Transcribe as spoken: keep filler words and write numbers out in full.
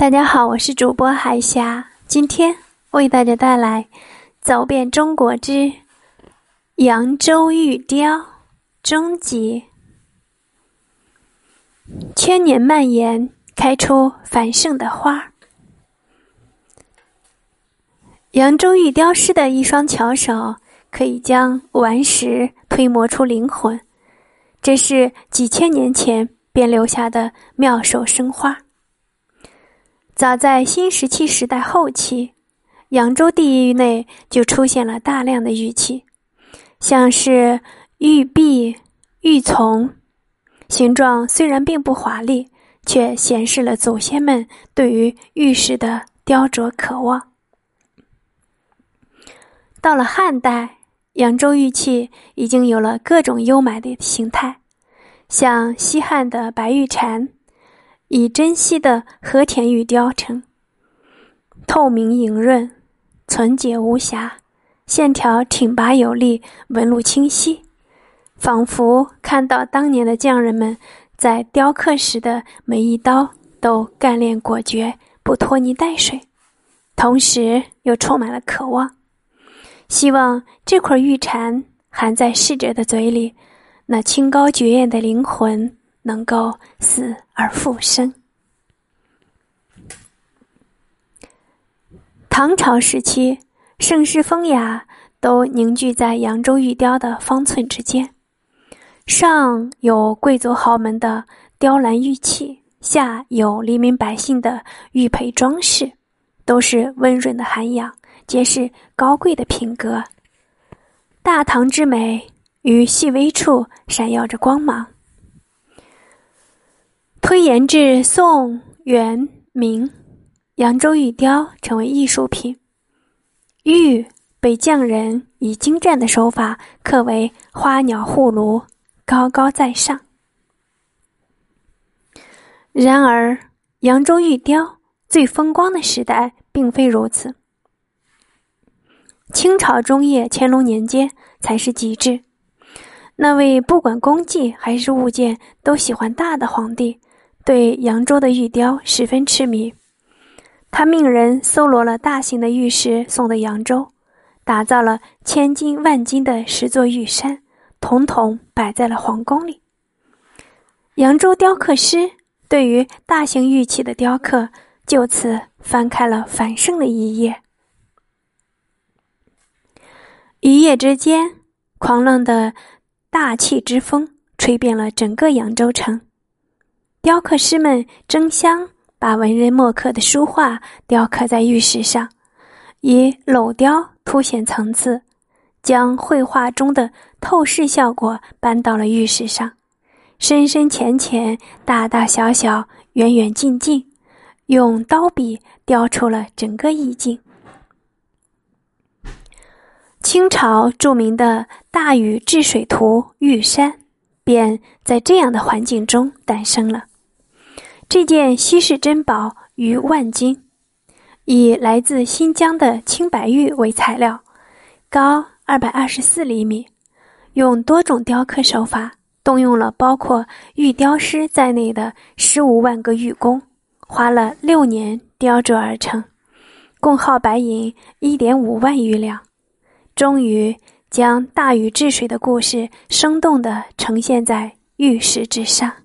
大家好，我是主播海霞，今天为大家带来走遍中国之扬州玉雕终极。千年蔓延，开出繁盛的花。扬州玉雕师的一双巧手，可以将顽石推磨出灵魂，这是几千年前便留下的妙手生花。早在新石器时代后期，扬州地域内就出现了大量的玉器，像是玉璧、玉琮，形状虽然并不华丽，却显示了祖先们对于玉石的雕琢渴望。到了汉代，扬州玉器已经有了各种优美的形态，像西汉的白玉蝉，以珍稀的和田玉雕成，透明莹润，纯洁无瑕，线条挺拔有力，纹路清晰，仿佛看到当年的匠人们在雕刻时的每一刀都干练果决，不拖泥带水，同时又充满了渴望，希望这块玉蝉含在逝者的嘴里，那清高绝艳的灵魂能够死而复生。唐朝时期，盛世风雅都凝聚在扬州玉雕的方寸之间，上有贵族豪门的雕栏玉器，下有黎民百姓的玉佩装饰，都是温润的涵养，皆是高贵的品格。大唐之美于细微处闪耀着光芒。推延至宋、元、明，扬州玉雕成为艺术品，玉被匠人以精湛的手法刻为花鸟护炉，高高在上。然而，扬州玉雕最风光的时代并非如此。清朝中叶乾隆年间才是极致，那位不管功绩还是物件都喜欢大的皇帝，对扬州的玉雕十分痴迷。他命人搜罗了大型的玉石送到扬州，打造了千斤万斤的十座玉山，统统摆在了皇宫里。扬州雕刻师对于大型玉器的雕刻就此翻开了繁盛的一页。一夜之间，狂浪的大气之风吹遍了整个扬州城，雕刻师们争相把文人墨客的书画雕刻在玉石上，以镂雕凸显层次，将绘画中的透视效果搬到了玉石上，深深浅浅，大大小小，远远近近，用刀笔雕出了整个意境。清朝著名的大禹治水图玉山便在这样的环境中诞生了。这件稀世珍宝逾万斤，以来自新疆的青白玉为材料，高二百二十四厘米，用多种雕刻手法，动用了包括玉雕师在内的十五万个玉工，花了六年雕琢而成，共耗白银 一点五万余两，终于将大禹治水的故事生动地呈现在玉石之上。